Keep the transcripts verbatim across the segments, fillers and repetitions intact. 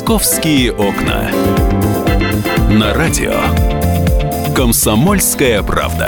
«Московские окна». На радио «Комсомольская правда».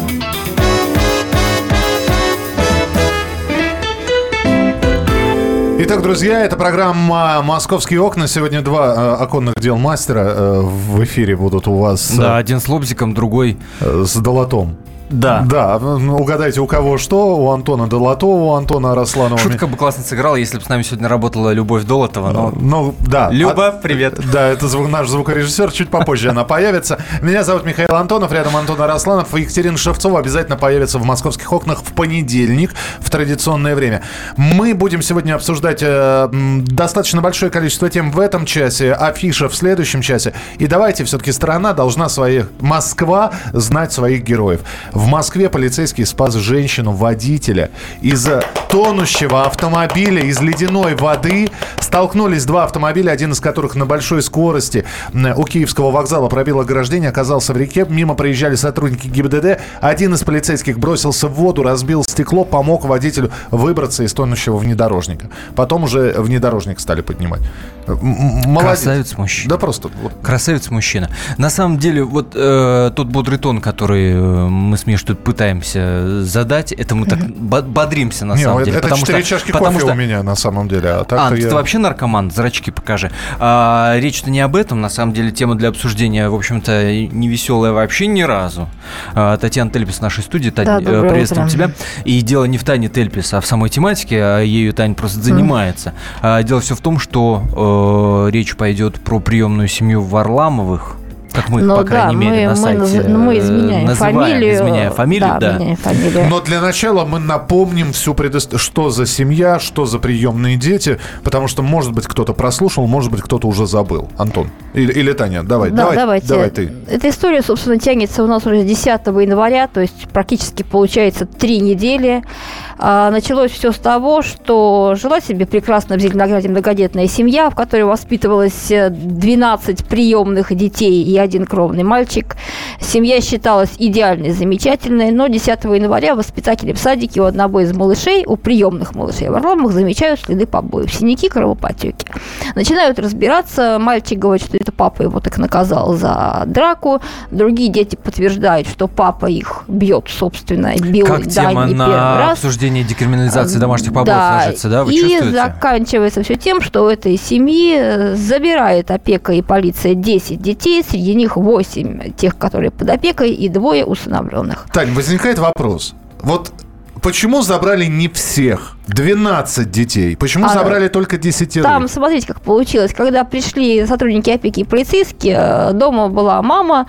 Итак, друзья, это программа «Московские окна». Сегодня два э, оконных дел мастера э, в эфире будут у вас. Э, да, один с лобзиком, другой э, с долотом. Да. Да, угадайте, у кого что. У Антона Долотова, у Антона Арасланова. Шутка бы классно сыграла, если бы с нами сегодня работала Любовь Долотова. Но... Ну, да. Люба, а, привет. Да, это звук, наш звукорежиссер. Чуть попозже она появится. Меня зовут Михаил Антонов, рядом Антон Арасланов. Екатерина Шевцова обязательно появится в «Московских окнах» в понедельник в традиционное время. Мы будем сегодня обсуждать э, достаточно большое количество тем в этом часе, афиша в следующем часе. И давайте, все-таки страна должна своих... Москва знать своих героев. В Москве полицейский спас женщину-водителя из тонущего автомобиля, из ледяной воды. Столкнулись два автомобиля, один из которых на большой скорости у Киевского вокзала пробил ограждение, оказался в реке. Мимо проезжали сотрудники ГИБДД. Один из полицейских бросился в воду, разбил стекло, помог водителю выбраться из тонущего внедорожника. Потом уже внедорожник стали поднимать. Молодец. Красавец мужчина. Да просто. Вот. Красавец мужчина. На самом деле, вот э, тот бодрый тон, который мы с Мишей тут пытаемся задать, это мы так бодримся на Не, самом это, деле. Это четыре чашки кофе что... у меня на самом деле. А, а я... ты вообще наркоман, зрачки покажи. А, речь-то не об этом, на самом деле тема для обсуждения, в общем-то, не веселая вообще ни разу. А, Татьяна Тельпис в нашей студии. Тань, да, приветствуем тебя. И дело не в Тане Тельпис, а в самой тематике, а ею Таня просто занимается. Mm. А, дело все в том, что э, речь пойдет про приемную семью Варламовых. Как мы, но, по крайней да, мере, мы, на сайте мы, мы изменяем называем, фамилию. Изменяя фамилию, да. да. Меняем фамилию. Но для начала мы напомним всю предысторию, что за семья, что за приемные дети, потому что, может быть, кто-то прослушал, может быть, кто-то уже забыл. Антон или, или Таня, давай, да, давай, давайте. давай ты. Эта история, собственно, тянется у нас уже с десятого января, то есть практически, получается, три недели. А, началось все с того, что жила себе прекрасно в Зеленограде многодетная семья, в которой воспитывалось двенадцать приемных детей и один кровный мальчик. Семья считалась идеальной, замечательной, но десятого января воспитатели в садике у одного из малышей, у приемных малышей Варламовых, замечают следы побоев, синяки, кровоподтеки. Начинают разбираться, мальчик говорит, что это папа его так наказал за драку, другие дети подтверждают, что папа их бьет, собственно, бил, как да, тема не на первый раз. Обсуждение декриминализации домашних побоев да, ложится, да? Вы и чувствуете? заканчивается все тем, что у этой семьи забирает опека и полиция десять детей, среди них восемь тех, которые под опекой, и двое усыновленных. Тань, возникает вопрос. Вот почему забрали не всех? двенадцать детей. Почему а, забрали только десять? Там, смотрите, как получилось. Когда пришли сотрудники опеки и полицейские, дома была мама,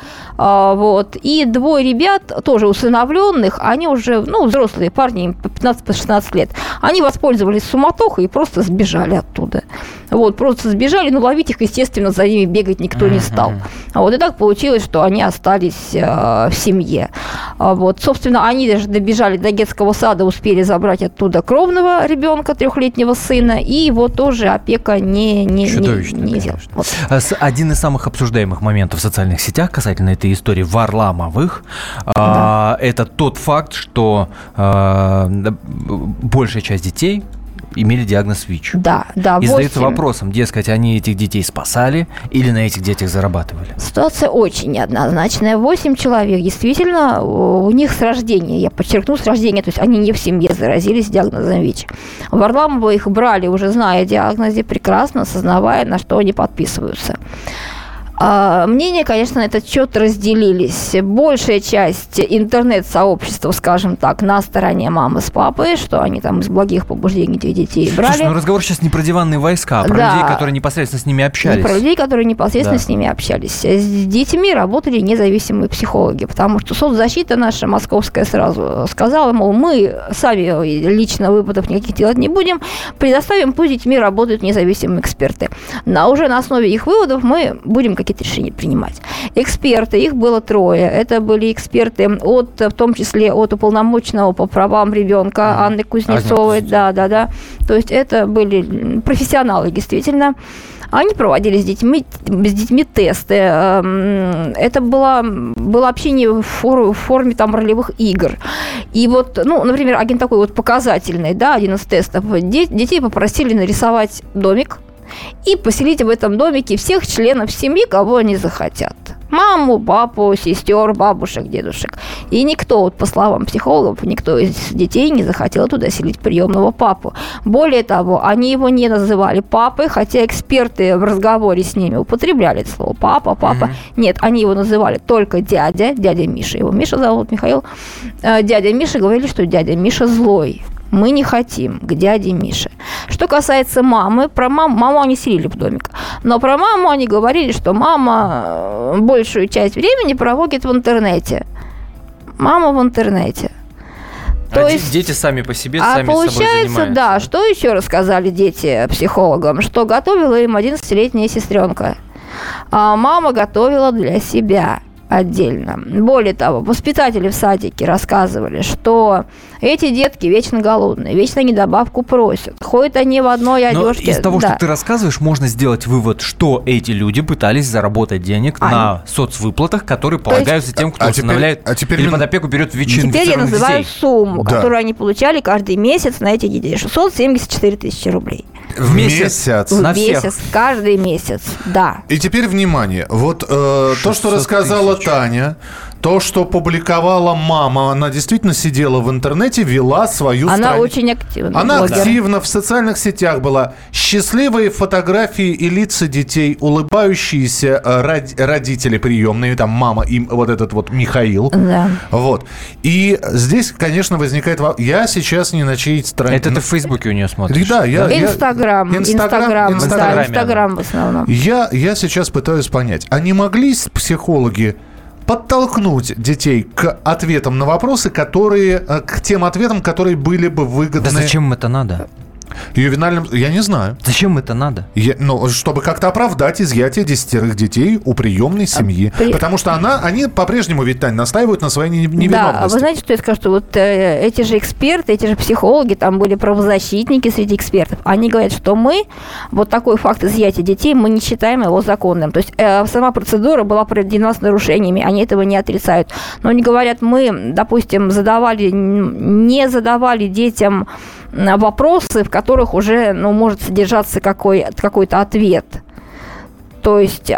вот, и двое ребят, тоже усыновленных, они уже, ну, взрослые парни, им по пятнадцать-шестнадцать лет, они воспользовались суматохой и просто сбежали оттуда. Вот, просто сбежали, но ловить их, естественно, за ними бегать никто не стал. Вот, и так получилось, что они остались э, в семье. Вот, собственно, они даже добежали до детского сада, успели забрать оттуда кровного ребенка, трехлетнего сына, и его тоже опека не, не, не, не взяла. Вот. Один из самых обсуждаемых моментов в социальных сетях касательно этой истории Варламовых, да. а, это тот факт, что а, большая часть детей имели диагноз ВИЧ. Да, да. И задается вопросом, дескать, они этих детей спасали или на этих детях зарабатывали? Ситуация очень неоднозначная. Восемь человек, действительно, у них с рождения, я подчеркну, с рождения, то есть они не в семье заразились диагнозом ВИЧ. Варламова их брали, уже зная о диагнозе, прекрасно осознавая, на что они подписываются. Мнения, конечно, на этот счет разделились. Большая часть интернет-сообщества, скажем так, на стороне мамы с папой, что они там из благих побуждений этих детей брали. Слушай, ну разговор сейчас не про диванные войска, а про да. людей, которые непосредственно с ними общались. Не про людей, которые непосредственно да. с ними общались. С детьми работали независимые психологи, потому что соцзащита наша московская сразу сказала, мол, мы сами лично выводов никаких делать не будем, предоставим, пусть с детьми работают независимые эксперты. Но уже на основе их выводов мы будем какие-то решения принимать. Эксперты, их было трое. Это были эксперты, от, в том числе от уполномоченного по правам ребенка mm-hmm. Анны Кузнецовой. Да, да, да. То есть это были профессионалы, действительно. Они проводили с детьми, с детьми тесты. Это было, было общение в, фор, в форме там, ролевых игр. И вот, ну, например, один такой вот показательный, да, один из тестов. Детей попросили нарисовать домик, и поселить в этом домике всех членов семьи, кого они захотят. Маму, папу, сестер, бабушек, дедушек. И никто, вот по словам психологов, никто из детей не захотел туда селить приемного папу. Более того, они его не называли папой, хотя эксперты в разговоре с ними употребляли это слово папа, папа. Mm-hmm. Нет, они его называли только дядя, дядя Миша. Его Миша зовут Михаил. Дядя Миша говорили, что дядя Миша злой. Мы не хотим к дяде Мише. Что касается мамы, про маму, маму они селили в домик. Но про маму они говорили, что мама большую часть времени проводит в интернете. Мама в интернете. То а есть, дети сами по себе, а сами получается, собой занимаются. Да, что еще рассказали дети психологам? Что готовила им одиннадцатилетняя сестренка. А мама готовила для себя отдельно. Более того, воспитатели в садике рассказывали, что эти детки вечно голодные, вечно недобавку просят. Ходят они в одной одежке. Но из того, да. что ты рассказываешь, можно сделать вывод, что эти люди пытались заработать денег а на соцвыплатах, которые полагаются тем, кто а усыновляет теперь, а теперь или под опеку берет ВИЧ-инфицированных детей. Теперь я называю сумму, да. которую они получали каждый месяц на этих детей. шестьсот семьдесят четыре тысячи рублей. В месяц? месяц. В на месяц, всех. каждый месяц, да. И теперь внимание. Вот э, то, что рассказала тысяч. Таня, то, что публиковала мама, она действительно сидела в интернете, вела свою Она страницу. очень активна. Она блогер. активно в социальных сетях была. Счастливые фотографии и лица детей, улыбающиеся род- родители приемные, там мама и вот этот вот Михаил. Да. Вот. И здесь, конечно, возникает вопрос. Я сейчас не на чьей странице. Это ты в Фейсбуке у нее смотришь? Да, я, Инстаграм, я... Инстаграм, Инстаграм, да, Инстаграм в основном. Я, я сейчас пытаюсь понять, а не могли психологи подтолкнуть детей к ответам на вопросы, которые, к тем ответам, которые были бы выгодны... Да зачем им это надо? Ювенальным... Я не знаю. Зачем это надо? Я, ну, чтобы как-то оправдать изъятие десятерых детей у приемной семьи. При... Потому что она, они по-прежнему, ведь, Тань, настаивают на своей невиновности. Да, вы знаете, что я скажу? Что вот э, эти же эксперты, эти же психологи, там были правозащитники среди экспертов, они говорят, что мы, вот такой факт изъятия детей, мы не считаем его законным. То есть э, сама процедура была проведена с нарушениями, они этого не отрицают. Но они говорят, мы, допустим, задавали, не задавали детям вопросы, в которых уже, ну, может содержаться какой, какой-то ответ. То есть,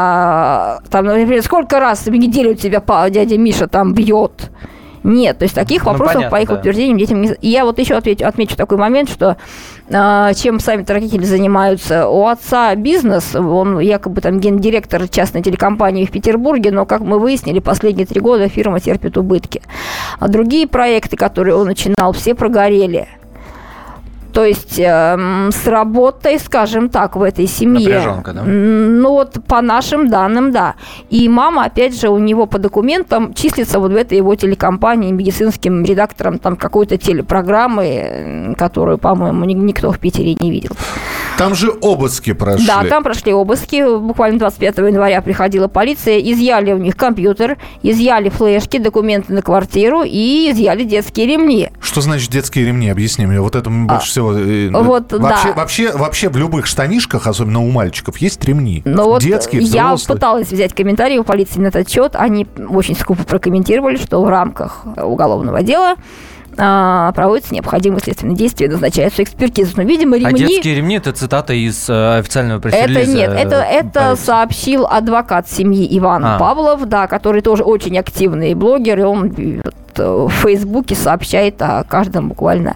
а, там, например, сколько раз в неделю тебя дядя Миша там бьет? Нет, то есть таких ну, вопросов, понятно, по их да. утверждениям, детям не... И я вот еще отвечу, отмечу такой момент, что э, чем сами родители занимаются. У отца бизнес, он якобы там гендиректор частной телекомпании в Петербурге, но, как мы выяснили, последние три года фирма терпит убытки. А другие проекты, которые он начинал, все прогорели. То есть э, с работой, скажем так, в этой семье. Напряженка, да? Ну вот по нашим данным, да. И мама, опять же, у него по документам числится вот в этой его телекомпании медицинским редактором там какой-то телепрограммы, которую, по-моему, никто в Питере не видел. Там же обыски прошли. Да, там прошли обыски. Буквально двадцать пятого января приходила полиция, изъяли у них компьютер, изъяли флешки, документы на квартиру и изъяли детские ремни. Что значит детские ремни? Объясни мне. Вот это больше всего... Вот, вообще, да. вообще, вообще в любых штанишках, особенно у мальчиков, есть ремни. Но вот детские, я взрослые. пыталась взять комментарии у полиции на этот счет. Они очень скупо прокомментировали, что в рамках уголовного дела а, проводятся необходимые следственные действия, назначаются экспертизы. Но, видимо, ремни... А детские ремни – это цитата из э, официального пресс-релиза? Это нет, это, это сообщил адвокат семьи Иван а. Павлов, да, который тоже очень активный блогер, и он в Фейсбуке сообщает о каждом буквально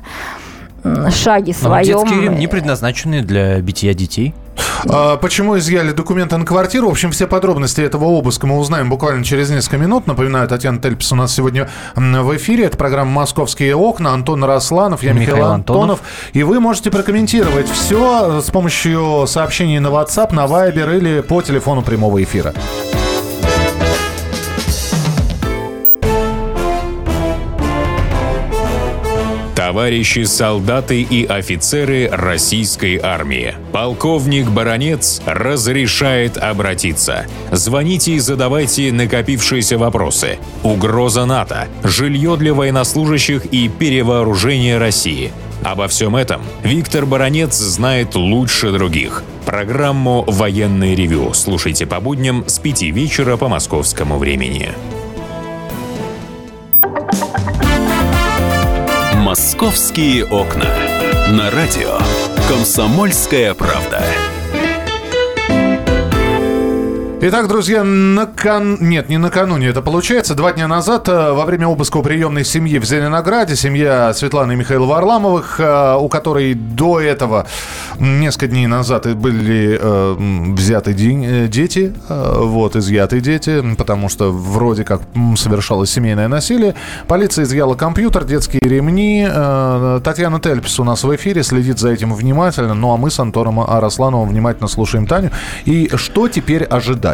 шаге своем. Но детские ремни предназначены для битья детей. А, почему изъяли документы на квартиру? В общем, все подробности этого обыска мы узнаем буквально через несколько минут. Напоминаю, Татьяна Тельпес у нас сегодня в эфире. Это программа «Московские окна». Антон Росланов, я Михаил, Михаил Антонов. Антонов. И вы можете прокомментировать все с помощью сообщений на WhatsApp, на Viber или по телефону прямого эфира. Товарищи солдаты и офицеры российской армии. Полковник Баранец разрешает обратиться. Звоните и задавайте накопившиеся вопросы. Угроза НАТО, жилье для военнослужащих и перевооружение России. Обо всем этом Виктор Баранец знает лучше других. Программу «Военное ревю» слушайте по будням с пяти вечера по московскому времени. «Московские окна». На радио «Комсомольская правда». Итак, друзья, накан... нет, не накануне это получается. Два дня назад во время обыска у приемной семьи в Зеленограде, семья Светланы и Михаила Варламовых, у которой до этого несколько дней назад были э, взяты день, дети, э, вот, изъяты дети, потому что вроде как совершалось семейное насилие. Полиция изъяла компьютер, детские ремни. Э, Татьяна Тельпис у нас в эфире, следит за этим внимательно. Ну, а мы с Антоном Араслановым внимательно слушаем Таню. И что теперь ожидать?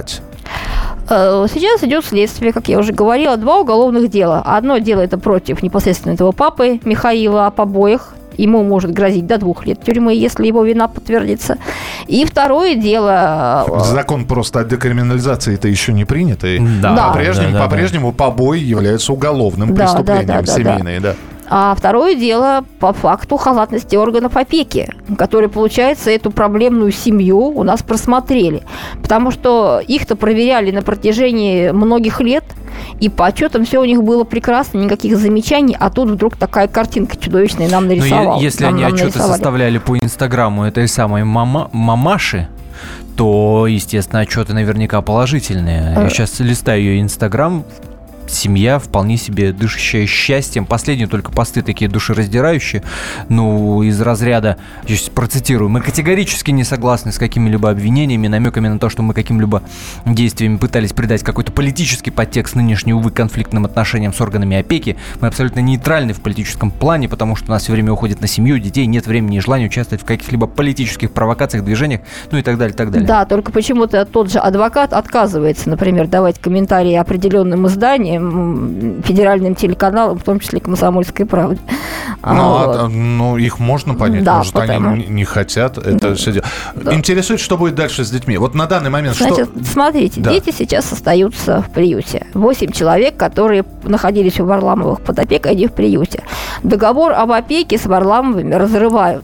Сейчас идет следствие, как я уже говорила, два уголовных дела. Одно дело это против непосредственно этого папы Михаила о побоях. Ему может грозить до двух лет тюрьмы, если его вина подтвердится. И второе дело... Закон просто о декриминализации это еще не принят. И да. По-прежнему, да, да, по-прежнему да. побои являются уголовным да, преступлением, да, да, семейные, да. да. А второе дело по факту халатности органов опеки, которые, получается, эту проблемную семью у нас просмотрели. Потому что их-то проверяли на протяжении многих лет, и по отчетам все у них было прекрасно, никаких замечаний, а тут вдруг такая картинка чудовищная нам нарисовала. Но если нам, они нам отчеты нарисовали. составляли по инстаграму этой самой мама, мамаши, то, естественно, отчеты наверняка положительные. Я сейчас листаю ее инстаграм. Семья вполне себе дышащая счастьем. Последние только посты такие душераздирающие. Ну, из разряда, я сейчас процитирую, мы категорически не согласны с какими-либо обвинениями, намеками на то, что мы какими-либо действиями пытались придать какой-то политический подтекст нынешним, увы, конфликтным отношениям с органами опеки. Мы абсолютно нейтральны в политическом плане, потому что у нас все время уходит на семью, детей, нет времени и желания участвовать в каких-либо политических провокациях, движениях, ну и так далее, так далее. Да, только почему-то тот же адвокат отказывается, например, давать комментарии определенным изданиям, федеральным телеканалам, в том числе «Комсомольской правде». Ну, вот. а, ну их можно понять, да, может, потому... они не хотят это да. все делать. Да. Интересует, что будет дальше с детьми. Вот на данный момент Значит, что... смотрите, да. дети сейчас остаются в приюте. Восемь человек, которые находились у Варламовых под опекой, они в приюте. Договор об опеке с Варламовыми разрывают.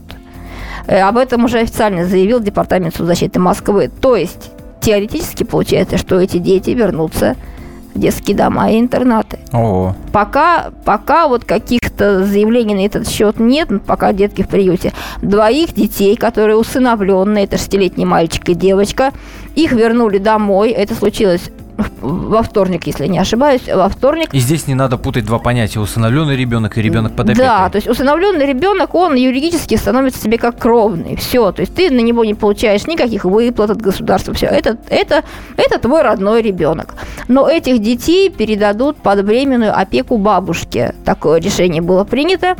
Об этом уже официально заявил Департамент соцзащиты Москвы. То есть, теоретически получается, что эти дети вернутся детские дома и интернаты. О. Пока, пока вот каких-то заявлений на этот счет нет, пока детки в приюте. Двоих детей, которые усыновленные, это шестилетний мальчик и девочка, их вернули домой. Это случилось во вторник, если не ошибаюсь, во вторник. И здесь не надо путать два понятия: усыновленный ребенок и ребенок под опекой. Да, то есть усыновленный ребенок, он юридически становится себе как кровный. Все, то есть ты на него не получаешь никаких выплат от государства. Все, это, это, это твой родной ребенок. Но этих детей передадут под временную опеку бабушке. Такое решение было принято.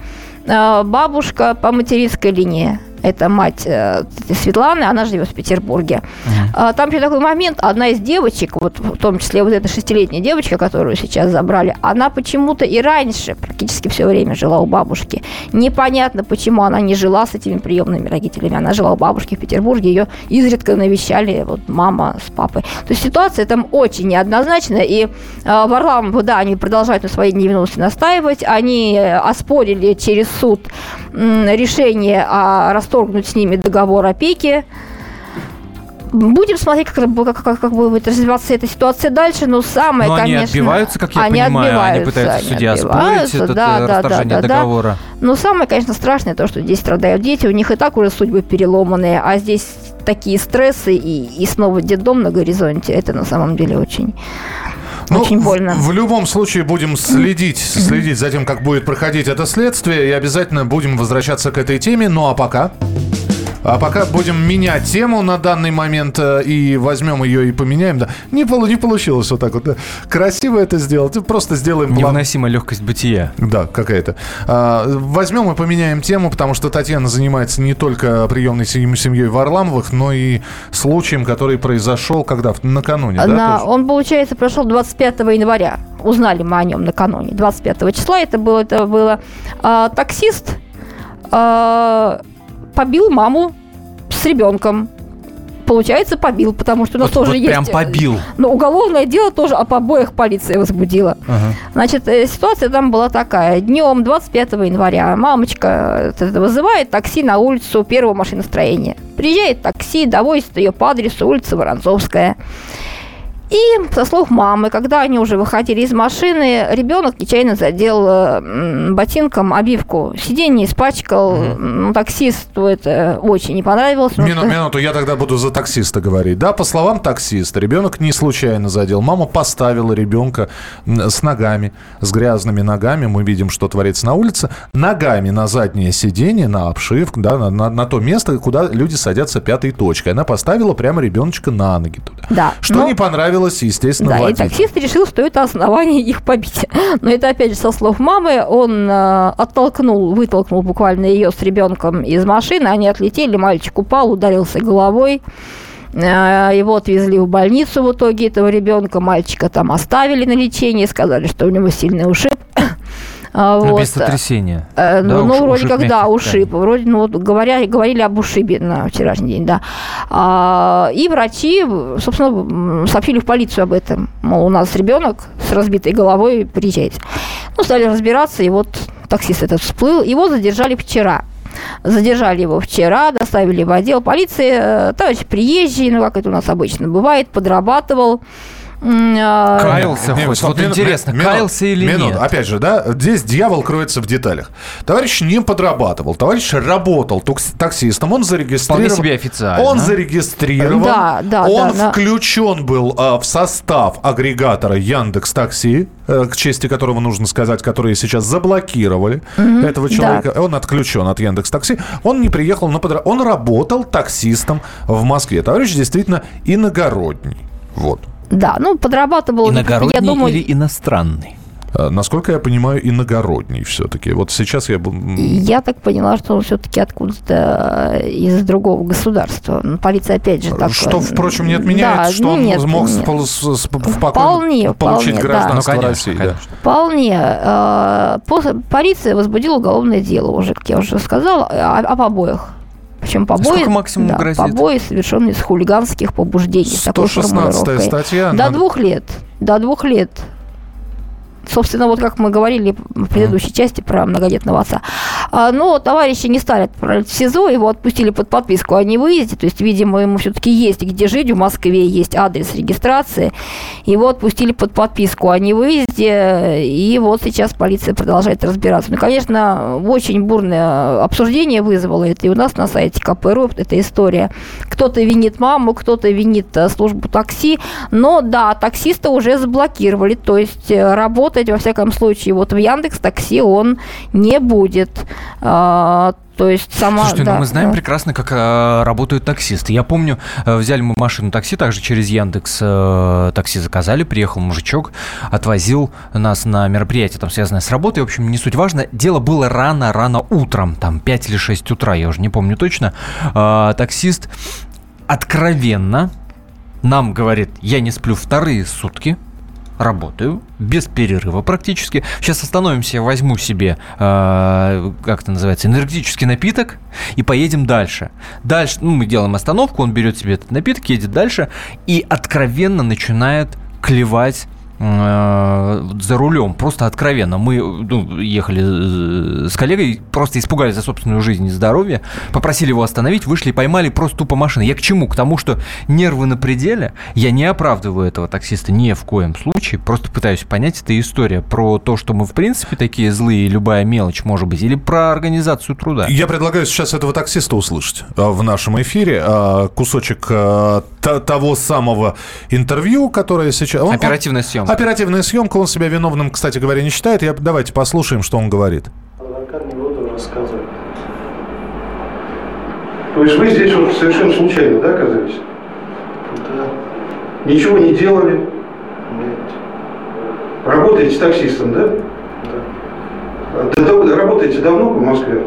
Бабушка по материнской линии. Это мать э, Светланы, она живет в Петербурге. Uh-huh. А, там еще такой момент, одна из девочек, вот, в том числе вот эта шестилетняя девочка, которую сейчас забрали, она почему-то и раньше практически все время жила у бабушки. Непонятно, почему она не жила с этими приемными родителями. Она жила у бабушки в Петербурге, ее изредка навещали вот, мама с папой. То есть ситуация там очень неоднозначная. И э, Варламов, да, они продолжают на своей невиновности настаивать. Они оспорили через суд м, решение о расторгнуть с ними договор опеки. Будем смотреть, как, как, как, как будет развиваться эта ситуация дальше, но самое, но конечно... они отбиваются, как я они понимаю, они пытаются в суде оспорить это да, расторжение да, да, договора. Да. Но самое, конечно, страшное то, что здесь страдают дети, у них и так уже судьбы переломанные, а здесь такие стрессы и, и снова детдом на горизонте, это на самом деле очень... Ну, очень больно. В, в любом случае будем следить, следить за тем, как будет проходить это следствие, и обязательно будем возвращаться к этой теме. Ну а пока... А пока будем менять тему на данный момент и возьмем ее и поменяем. Да. Не, не получилось вот так вот. Да. Красиво это сделать. Просто сделаем... Невыносимая легкость бытия. Да, какая-то. А, возьмем и поменяем тему, потому что Татьяна занимается не только приемной семьей Варламовых, но и случаем, который произошел когда? Накануне, на, да? Он, получается, прошел двадцать пятого января. Узнали мы о нем накануне. двадцать пятого числа это было, это было а, таксист... А, побил маму с ребенком. Получается, побил, потому что у нас вот, тоже вот есть... прям побил. Но уголовное дело тоже о побоях полиция возбудила. Ага. Значит, ситуация там была такая. Днем двадцать пятого января мамочка вызывает такси на улицу первого машиностроения. Приезжает такси, довозит ее по адресу улица Воронцовская. И, со слов мамы, когда они уже выходили из машины, ребенок нечаянно задел ботинком обивку сиденья, испачкал. Mm-hmm. Таксисту это очень не понравилось. Мину, что... Минуту, я тогда буду за таксиста говорить. Да, по словам таксиста, ребенок не случайно задел. Мама поставила ребенка с ногами, с грязными ногами. Мы видим, что творится на улице. Ногами на заднее сиденье, на обшивку, да, на, на, на то место, куда люди садятся пятой точкой. Она поставила прямо ребеночка на ноги туда. Да, что но... не понравилось, естественно, да, водителю. И таксист решил, что это основание их побить. Но это, опять же, со слов мамы. Он э, оттолкнул, вытолкнул буквально ее с ребенком из машины. Они отлетели, мальчик упал, ударился головой. Э, его отвезли в больницу в итоге, этого ребенка. Мальчика там оставили на лечение, сказали, что у него сильный ушиб. Вот. Без сотрясения. Э, да, ну, уш, вроде ушиб как, да, ушиб. Вроде, ну, вот, говоря, говорили об ушибе на вчерашний день, да. А, и врачи, собственно, сообщили в полицию об этом. Мол, у нас ребенок с разбитой головой, приезжайте. Ну, стали разбираться, и вот таксист этот всплыл. Его задержали вчера. Задержали его вчера, доставили в отдел полиции. Товарищ приезжий, ну, как это у нас обычно бывает, подрабатывал. Каялся хоть? Вот, вот минут, интересно, минут, каялся или минут. нет? Опять же, да, здесь дьявол кроется в деталях. Товарищ не подрабатывал, товарищ работал таксистом, он зарегистрирован. Вполне себе официально. Он зарегистрирован, да, да, он да, включен был а, в состав агрегатора Яндекс.Такси, а, к чести которого нужно сказать, которые сейчас заблокировали mm-hmm, этого человека. Да. Он отключен от Яндекс.Такси. Он не приехал на подрабатывал. Он работал таксистом в Москве. Товарищ действительно иногородний. Вот. Да, ну, подрабатывал... Иногородний я думаю, или иностранный? Насколько я понимаю, иногородний все-таки. Вот сейчас я... Я так поняла, что он все-таки откуда-то из другого государства. Полиция, опять же, так... Что, впрочем, не отменяет, да, что он нет, мог нет. Вполне, получить вполне, гражданство да. ну, конечно, России. конечно. Да. Вполне. Полиция возбудила уголовное дело уже, как я уже сказала, о побоях. Причем побои, максимум да, грозит? побои, совершенные с хулиганских побуждений. сто шестнадцатая статья. До надо... двух лет. До двух лет. Собственно, вот как мы говорили в предыдущей mm. части про многодетного отца. А, но товарищи не стали отправлять в СИЗО, его отпустили под подписку о невыезде. То есть, видимо, ему все-таки есть где жить. В Москве есть адрес регистрации. Его отпустили под подписку о невыезде. И вот сейчас полиция продолжает разбираться. Ну, конечно, очень бурное обсуждение вызвало это. И у нас на сайте ка пэ точка ру эта история. Кто-то винит маму, кто-то винит службу такси. Но, да, таксиста уже заблокировали. То есть, работать во всяком случае, вот в Яндекс.Такси он не будет. А, то есть сама... Слушайте, да, ну мы знаем да. прекрасно, как а, работают таксисты. Я помню, взяли мы машину такси, также через Яндекс а, такси заказали, приехал мужичок, отвозил нас на мероприятие, там, связанное с работой. В общем, не суть важно. Дело было рано-рано утром, там, пять или шесть утра, я уже не помню точно. А, таксист откровенно нам говорит, я не сплю вторые сутки, работаю, без перерыва практически. Сейчас остановимся, возьму себе, э, как это называется, энергетический напиток и поедем дальше. Дальше, ну, мы делаем остановку, он берет себе этот напиток, едет дальше и откровенно начинает клевать за рулем, просто откровенно. Мы ну, ехали с коллегой, просто испугались за собственную жизнь и здоровье, попросили его остановить, вышли и поймали просто тупо машину. Я к чему? К тому, что нервы на пределе. Я не оправдываю этого таксиста ни в коем случае, просто пытаюсь понять, это история про то, что мы в принципе такие злые, и любая мелочь может быть, или про организацию труда. Я предлагаю сейчас этого таксиста услышать в нашем эфире. Кусочек того самого интервью, которое сейчас... Оперативная съемка. Оперативная съемка, он себя виновным, кстати говоря, не считает. Я, давайте послушаем, что он говорит. Адвокат не буду рассказывать. То есть вы здесь вот совершенно случайно, да, оказались? Да. Ничего не делали? Нет. Работаете таксистом, да? Да. Да, работаете давно по Москве?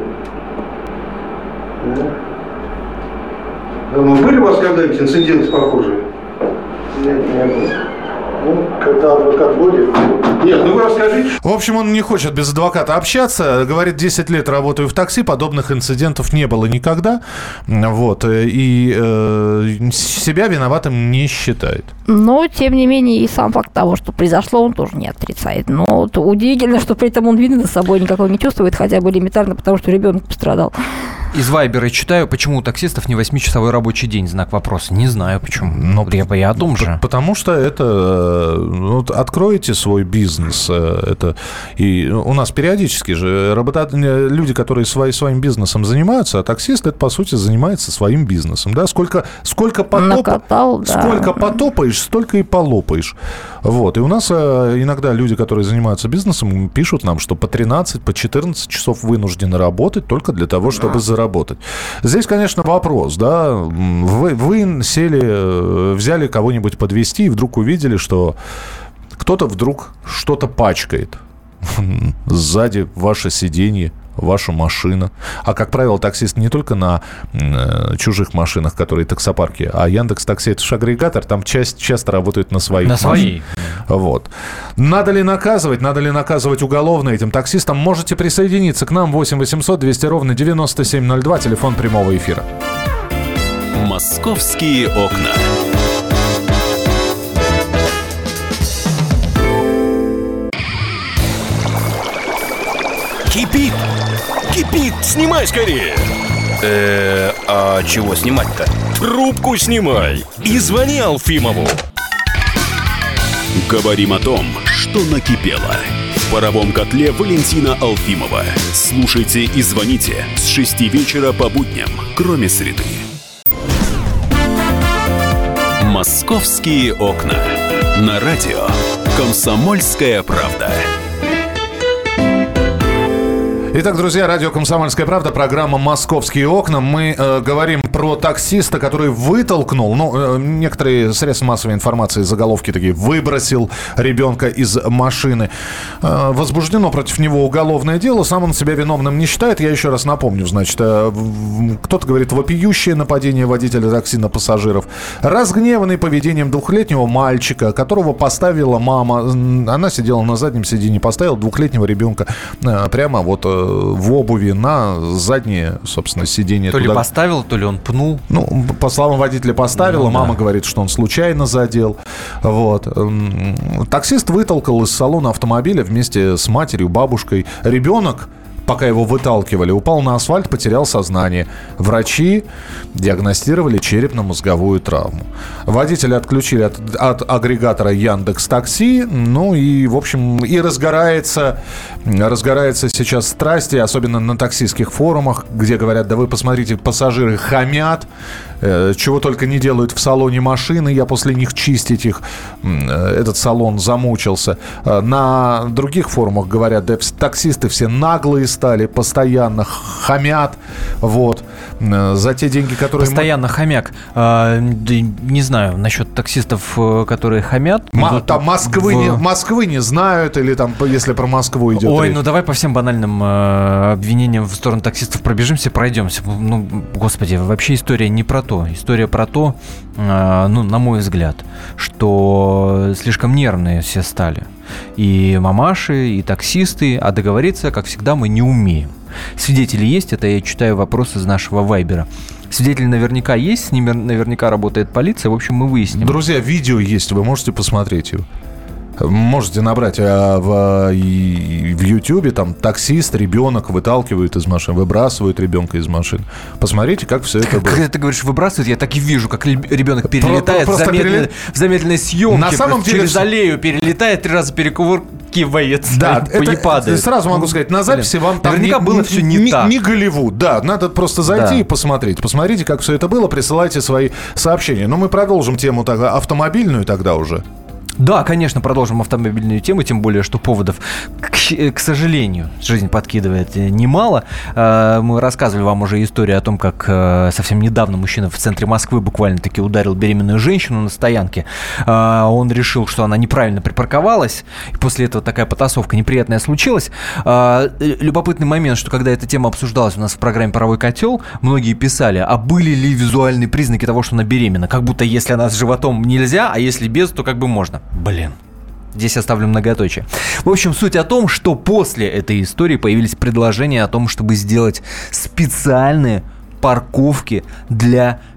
Да. Давно. Были у вас когда-нибудь инциденты похожие? Нет, не было. Ну, когда адвокат будет... Нет, ну вы расскажите. В общем, он не хочет без адвоката общаться. Говорит, десять лет работаю в такси, подобных инцидентов не было никогда. Вот. И э, себя виноватым не считает. Но, тем не менее, и сам факт того, что произошло, он тоже не отрицает. Но удивительно, что при этом он вины за собой никакой не чувствует, хотя бы элементарно, потому что ребенок пострадал. Из Вайбера читаю, почему у таксистов не восьмичасовой рабочий день, знак вопроса. Не знаю почему. Но я, я о том же. Потому что это... Ну, откроете свой бизнес. Это, и у нас периодически же работа, люди, которые свои, своим бизнесом занимаются, а таксист, это, по сути, занимается своим бизнесом. Да? Сколько, сколько, потоп... Накатал, да. Сколько потопаешь, столько и полопаешь. Вот. И у нас иногда люди, которые занимаются бизнесом, пишут нам, что по тринадцать, по четырнадцать часов вынуждены работать только для того, чтобы заработать. Здесь, конечно, вопрос, да, вы, вы сели, взяли кого-нибудь подвезти и вдруг увидели, что кто-то вдруг что-то пачкает. Сзади ваше сиденье, ваша машина. А, как правило, таксист не только на э, чужих машинах, которые таксопарки, а Яндекс.Такси — это же агрегатор, там часть, часто работают на своих на свои. Вот. Надо ли наказывать? Надо ли наказывать уголовно этим таксистам? Можете присоединиться к нам. восемь восемьсот двести ровно девяносто семь ноль два, телефон прямого эфира. «Московские окна». Кипит! Кипит! Снимай скорее! Э, а чего снимать-то? Трубку снимай и звони Алфимову. Говорим о том, что накипело. В паровом котле Валентина Алфимова. Слушайте и звоните с шести вечера по будням, кроме среды. «Московские окна». На радио «Комсомольская правда». Итак, друзья, радио «Комсомольская правда», программа «Московские окна». Мы э, говорим про таксиста, который вытолкнул, ну, э, некоторые средства массовой информации, заголовки такие, выбросил ребенка из машины. Э, возбуждено против него уголовное дело, сам он себя виновным не считает. Я еще раз напомню, значит, э, кто-то говорит вопиющее нападение водителя такси на пассажиров, разгневанный поведением двухлетнего мальчика, которого поставила мама. Она сидела на заднем сиденье, поставила двухлетнего ребенка э, прямо вот... Э, в обуви на заднее, собственно, сиденье. То туда. ли поставил, то ли он пнул. Ну, по словам водителя, поставила. Ну, мама да. говорит, что он случайно задел. Вот. Таксист вытолкал из салона автомобиля вместе с матерью, бабушкой. Ребенок, пока его выталкивали, упал на асфальт, потерял сознание. Врачи диагностировали черепно-мозговую травму. Водителя отключили от, от агрегатора Яндекс.Такси. Ну и, в общем, и разгорается, разгорается сейчас страсти, особенно на таксистских форумах, где говорят, да вы посмотрите, пассажиры хамят, э, чего только не делают в салоне машины, я после них чистить их, э, этот салон замучился. Э, на других форумах говорят, да таксисты все наглые стали, постоянно хамят, вот, за те деньги, которые... Постоянно мы... хомяк. А, не знаю, насчет таксистов, которые хамят. М- там Москвы, в... не, Москвы не знают, или там, если про Москву идет Ой, речь. ну давай по всем банальным э, обвинениям в сторону таксистов пробежимся, пройдемся. Ну, господи, вообще история не про то. История про то, э, ну, на мой взгляд, что слишком нервные все стали. И мамаши, и таксисты, а договориться, как всегда, мы не умеем. Свидетели есть, это я читаю вопрос из нашего вайбера. Свидетели наверняка есть, с ними наверняка работает полиция, в общем, мы выясним. Друзья, видео есть, вы можете посмотреть его. Можете набрать а, в, и, в Ютьюбе, там, таксист, ребенок выталкивают из машины, выбрасывают ребенка из машины. Посмотрите, как все это было. Когда ты говоришь выбрасывают, я так и вижу, как ребенок перелетает Про, в, замедлен... перелет... в замедленной съемке. На самом деле... Через аллею перелетает, три раза перекувыркивается. Да, это, и падает. Сразу могу сказать, на записи вам там наверняка не, было не, все не, не так. Не Голливуд, да, надо просто зайти да. и посмотреть. Посмотрите, как все это было, присылайте свои сообщения. Но мы продолжим тему тогда автомобильную тогда уже. Да, конечно, продолжим автомобильную тему, тем более, что поводов, к, к сожалению, жизнь подкидывает немало. Мы рассказывали вам уже историю о том, как совсем недавно мужчина в центре Москвы буквально-таки ударил беременную женщину на стоянке. Он решил, что она неправильно припарковалась, и после этого такая потасовка неприятная случилась. Любопытный момент, что когда эта тема обсуждалась у нас в программе «Паровой котел», многие писали, а были ли визуальные признаки того, что она беременна? Как будто если она с животом нельзя, а если без, то как бы можно. Блин. Здесь оставлю многоточие. В общем, суть о том, что после этой истории появились предложения о том, чтобы сделать специальные парковки для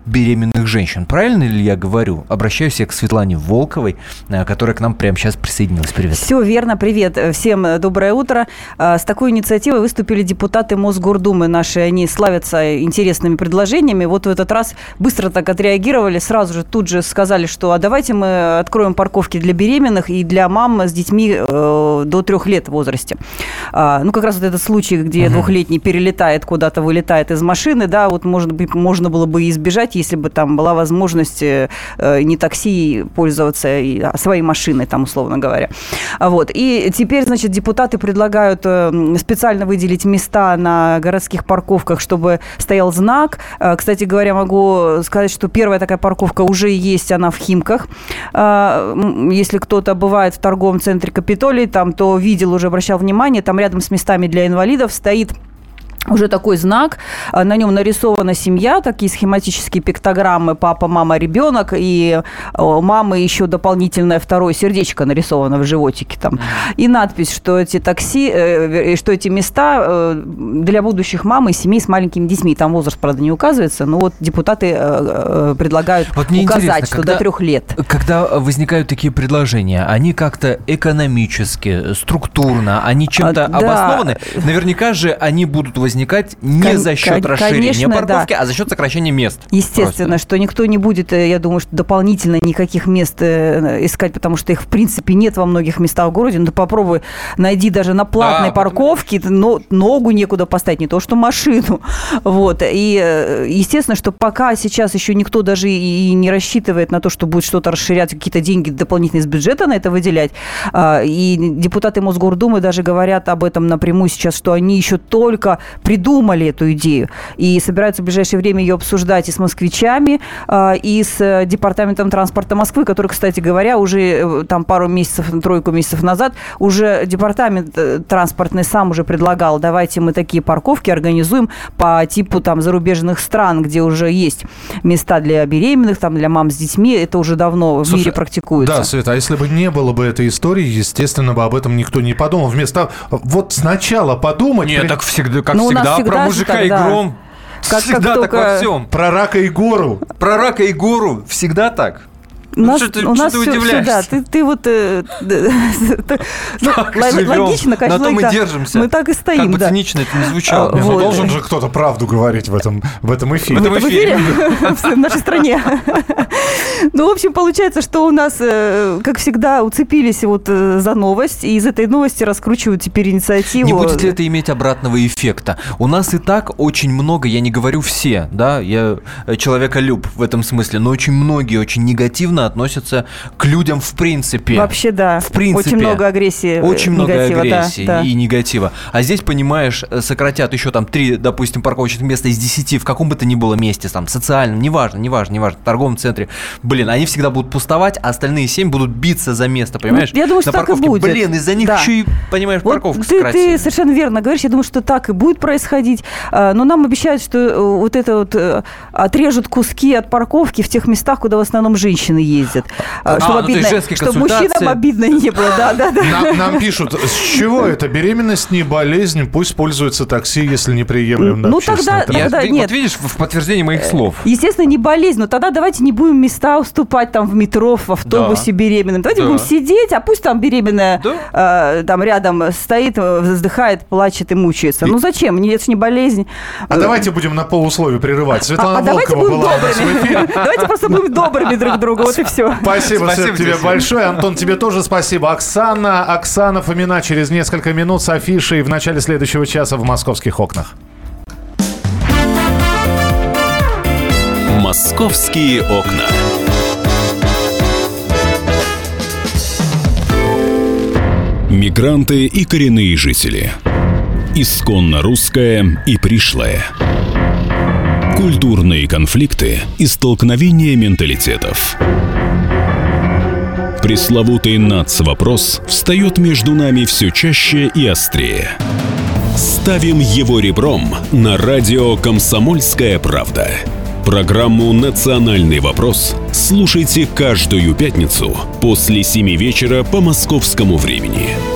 беременных женщин. Правильно ли я говорю? Обращаюсь я к Светлане Волковой, которая к нам прямо сейчас присоединилась. Привет. Все верно. Привет. Всем доброе утро. С такой инициативой выступили депутаты Мосгордумы наши. Они славятся интересными предложениями. Вот в этот раз быстро так отреагировали. Сразу же тут же сказали, что а давайте мы откроем парковки для беременных и для мам с детьми э, до трех лет в возрасте. А, ну, как раз вот этот случай, где угу. двухлетний перелетает куда-то, вылетает из машины, да, вот может быть, можно было бы избежать, если бы там была возможность э, не такси пользоваться, а своей машиной, там, условно говоря. Вот. И теперь, значит, депутаты предлагают э, специально выделить места на городских парковках, чтобы стоял знак. Э, кстати говоря, могу сказать, что первая такая парковка уже есть, она в Химках. Э, если кто-то бывает в торговом центре «Капитолий», там, то видел, уже обращал внимание, там рядом с местами для инвалидов стоит уже такой знак, на нем нарисована семья, такие схематические пиктограммы: папа, мама, ребенок, и у мамы еще дополнительное второе сердечко нарисовано в животике там. И надпись, что эти такси, что эти места для будущих мам и семей с маленькими детьми. Там возраст, правда, не указывается, но вот депутаты предлагают вот указать, что когда, до трех лет. Когда возникают такие предложения, они как-то экономически, структурно, они чем-то а, обоснованы? Да. Наверняка же они будут возникать возникать не Кон- за счет расширения конечно, парковки, да. а за счет сокращения мест. Естественно, просто. Что никто не будет, я думаю, что дополнительно никаких мест искать, потому что их, в принципе, нет во многих местах в городе. Ну, ты попробуй, найди даже на платной да, парковке, но ногу некуда поставить, не то что машину. Вот. И, естественно, что пока сейчас еще никто даже и не рассчитывает на то, что будет что-то расширять, какие-то деньги дополнительные из бюджета на это выделять. И депутаты Мосгордумы даже говорят об этом напрямую сейчас, что они еще только придумали эту идею и собираются в ближайшее время ее обсуждать и с москвичами, и с Департаментом транспорта Москвы, который, кстати говоря, уже там пару месяцев, тройку месяцев назад уже Департамент транспортный сам уже предлагал: давайте мы такие парковки организуем по типу там зарубежных стран, где уже есть места для беременных, там для мам с детьми. Это уже давно Слушай, в мире практикуется. Да, Света, а если бы не было бы этой истории, естественно, бы об этом никто не подумал. Вместо вот сначала подумать... Нет, при... так всегда, как ну, всегда, всегда, про мужика и гром. Как, всегда как так во всем. Про рака и гору. Про рака и гору. Всегда так. У нас, ну, что ты, у нас что ты все, удивляешься? Все, да, ты, ты вот э, ну, логично, конечно, на то мы держимся. Мы так и стоим. Как бы да. цинично это не звучало. А, вот. Должен же кто-то правду говорить в этом, в этом эфире. В этом эфире? В нашей стране. Ну, в общем, получается, что у нас, как всегда, уцепились вот за новость, и из этой новости раскручивают теперь инициативу. Не будет ли это иметь обратного эффекта? У нас и так очень много, я не говорю все, да, я человеколюб в этом смысле, но очень многие очень негативно относятся к людям в принципе. Вообще, да. В принципе. Очень много агрессии. Очень много негатива, агрессии да, и да. негатива. А здесь, понимаешь, сократят еще там три, допустим, парковочных места из десяти в каком бы то ни было месте, там, социальном, неважно, неважно, неважно, в торговом центре. Блин, они всегда будут пустовать, а остальные семь будут биться за место, понимаешь? Ну, я думаю, что на так и будет. Блин, из-за них да. еще и, понимаешь, вот парковку ты, сократили. Ты совершенно верно говоришь. Я думаю, что так и будет происходить. Но нам обещают, что вот это вот отрежут куски от парковки в тех местах, куда в основном женщины ездят. А, чтобы ну, обидно, чтобы мужчинам обидно не было. Да, да, да. Нам, нам пишут, с чего это? Беременность не болезнь, пусть пользуется такси, если неприемлем. Ну тогда, тогда Я, нет. Вот видишь, в подтверждение моих слов. Естественно, не болезнь, но тогда давайте не будем места уступать там в метро, в автобусе да. беременным. Давайте да. будем сидеть, а пусть там беременная да. э, там рядом стоит, вздыхает, плачет и мучается. И... Ну зачем? Нет, это же не болезнь. А давайте будем на полусловие прерывать. Светлана а, а Волкова была у нас в эфире. Давайте просто будем добрыми друг к другу, вот и все. Спасибо, Свет, тебе большое. Антон, тебе тоже спасибо. Оксана, Оксана Фомина через несколько минут с афишей в начале следующего часа в «Московских окнах». «Московские окна». Мигранты и коренные жители. Исконно русское и пришлое. Культурные конфликты и столкновения менталитетов. Пресловутый нацвопрос встает между нами все чаще и острее. Ставим его ребром на радио «Комсомольская правда». Программу «Национальный вопрос» слушайте каждую пятницу после семи вечера по московскому времени.